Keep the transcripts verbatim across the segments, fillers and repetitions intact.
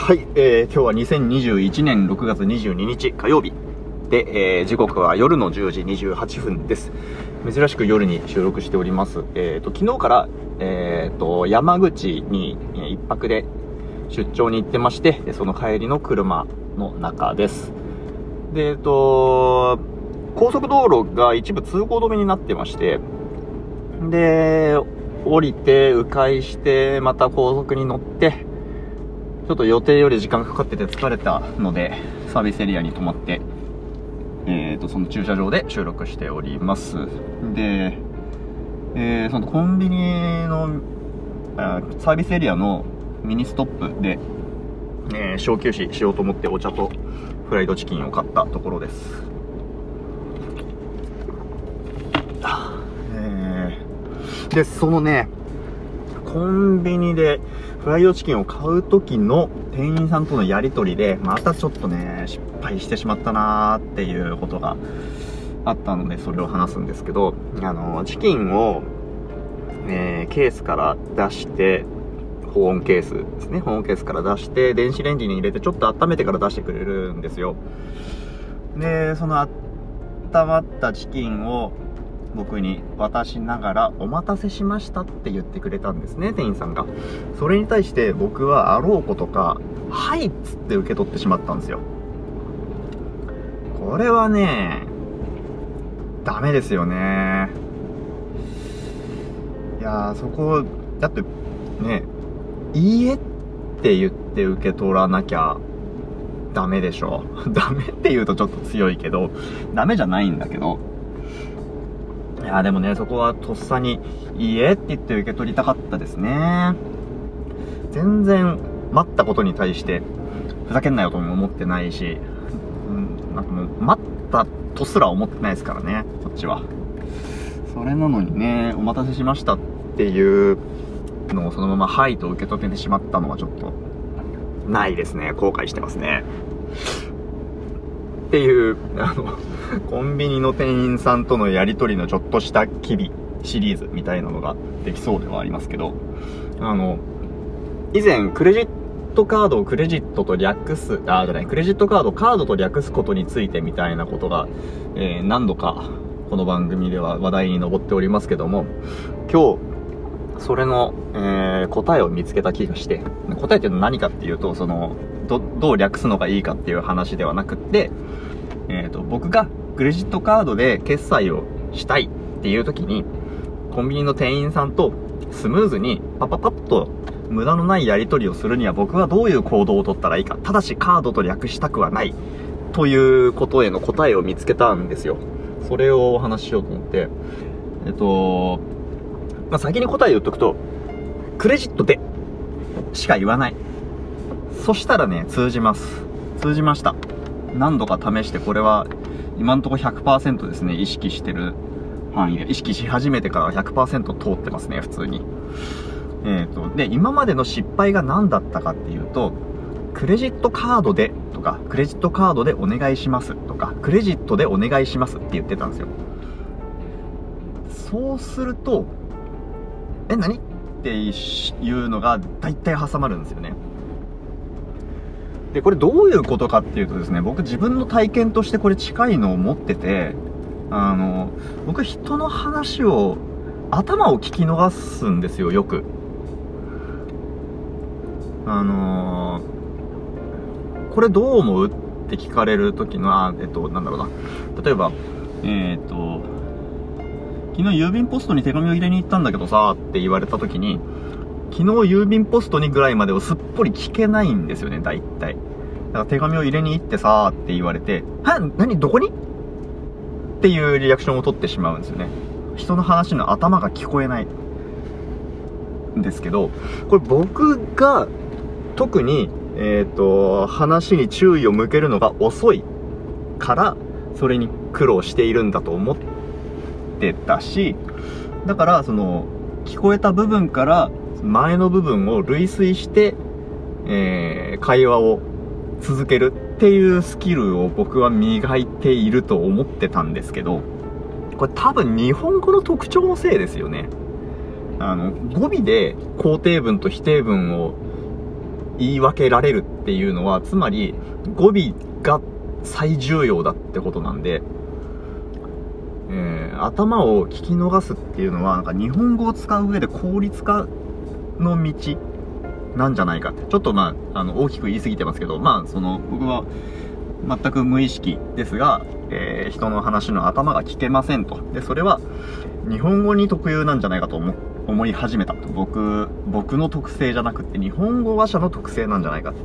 はい、えー、今日はにせんにじゅういちねんろくがつにじゅうににち火曜日で、えー、時刻は夜のじゅうじにじゅうはっぷんです。珍しく夜に収録しております。えーと、昨日から、えーと、山口に一泊で出張に行ってまして、その帰りの車の中です。で、えーと、高速道路が一部通行止めになってまして、で、降りて、迂回して、また高速に乗って、ちょっと予定より時間かかってて疲れたので、サービスエリアに泊まって、えーと、その駐車場で収録しております。で、えー、そのコンビニの、サービスエリアのミニストップで、えー、小休止しようと思ってお茶とフライドチキンを買ったところです。えー、で、そのね、コンビニでフライドチキンを買う時の店員さんとのやり取りでまたちょっとね失敗してしまったなーっていうことがあったので、それを話すんですけど、あのチキンを、えー、ケースから出して、保温ケースですね、保温ケースから出して電子レンジに入れてちょっと温めてから出してくれるんですよ。で、その温まったチキンを僕に渡しながら、お待たせしましたって言ってくれたんですね、店員さんが。それに対して僕はあろうことか、はいっつって受け取ってしまったんですよ。これはね、ダメですよね。いやー、そこ、だってね、いいえって言って受け取らなきゃダメでしょ。ダメって言うとちょっと強いけど、ダメじゃないんだけど、いやでもね、そこはとっさにいいえって言って受け取りたかったですね。全然待ったことに対してふざけんなよとも思ってないし、うん、なんかもう待ったとすら思ってないですからね、こっちは。それなのにね、お待たせしましたっていうのをそのままはいと受け取ってしまったのはちょっとないですね。後悔してますね。っていう、あの、コンビニの店員さんとのやり取りのちょっとした機微シリーズみたいなのができそうではありますけど、あの、以前クレジットカードをクレジットと略す、あ、じゃない、クレジットカードをカードと略すことについてみたいなことが、えー、何度かこの番組では話題に上っておりますけども、今日、それの、えー、答えを見つけた気がして、答えっていうのは何かっていうと、その、ど、どう略すのがいいかっていう話ではなくって、えっと、僕がクレジットカードで決済をしたいっていう時に、コンビニの店員さんとスムーズにパパパッと無駄のないやり取りをするには僕はどういう行動を取ったらいいか、ただしカードと略したくはないということへの答えを見つけたんですよ。それをお話ししようと思って、えっと、まあ、先に答え言っとくと、クレジットでしか言わない。そしたらね、通じます。通じました。何度か試して、これは今のところ ひゃくパーセント ですね。意識してる範囲で、意識し始めてから ひゃくパーセント 通ってますね、普通に。えっと、で、今までの失敗が何だったかっていうと、クレジットカードでとか、クレジットカードでお願いしますとか、クレジットでお願いしますって言ってたんですよ。そうすると、え、何っていうのが大体挟まるんですよね。で、これどういうことかっていうとですね、僕自分の体験としてこれ近いのを持ってて、あの、僕人の話を、頭を聞き逃すんですよ、よく。あのー、これどう思うって聞かれる時の、あ、えっと、なんだろうな。例えば、えっと、昨日郵便ポストに手紙を入れに行ったんだけどさ、って言われた時に、昨日郵便ポストにぐらいまでをすっぽり聞けないんですよね、大体。だから手紙を入れに行ってさーって言われて、は？何？どこに？っていうリアクションを取ってしまうんですよね。人の話の頭が聞こえないんですけど、これ僕が特に、えっと、話に注意を向けるのが遅いから、それに苦労しているんだと思ってたし、だからその、聞こえた部分から前の部分を類推して、えー、会話を続けるっていうスキルを僕は磨いていると思ってたんですけど、これ多分日本語の特徴のせいですよね。あの、語尾で肯定文と否定文を言い分けられるっていうのは、つまり語尾が最重要だってことなんで、えー、頭を聞き逃すっていうのは、なんか日本語を使う上で効率化の道なんじゃないかって。ちょっとまあ、あの、大きく言い過ぎてますけど、まあ、その、僕は全く無意識ですが、えー、人の話の頭が聞けませんと。で、それは日本語に特有なんじゃないかと思思い始めたと。僕、僕の特性じゃなくて、日本語話者の特性なんじゃないかって。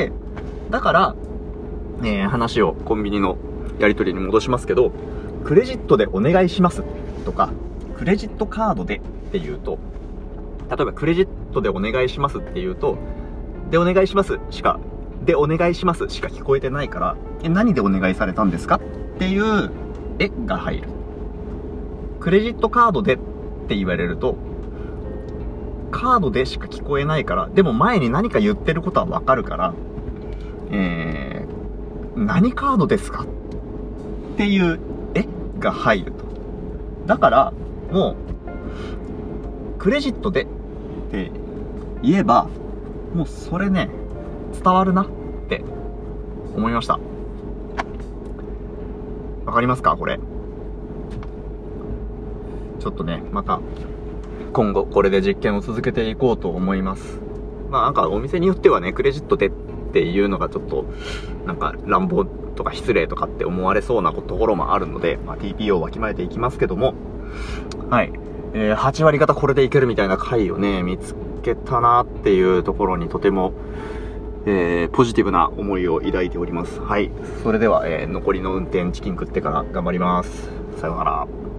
で、だから、えー、話をコンビニのやり取りに戻しますけど、クレジットでお願いしますとか、クレジットカードでっていうと、例えばクレジットでお願いしますっていうと、でお願いしますしか、でお願いしますしか聞こえてないから、え、何でお願いされたんですかっていう、えが入る。クレジットカードでって言われると、カードでしか聞こえないから、でも前に何か言ってることはわかるから、えー、何カードですかっていう、えが入ると。だから、もう、クレジットでって言えば、もうそれね、伝わるなって思いました。わかりますかこれ。ちょっとね、また、今後これで実験を続けていこうと思います。まあなんかお店によってはね、クレジットでっていうのがちょっと、なんか乱暴とか失礼とかって思われそうなところもあるので、まあ ティーピーオー をわきまえていきますけども、はい。えー、はち割方これでいけるみたいな回をね、見つけたなっていうところにとても、えー、ポジティブな思いを抱いております。はい。それでは、えー、残りの運転チキン食ってから頑張ります。さようなら。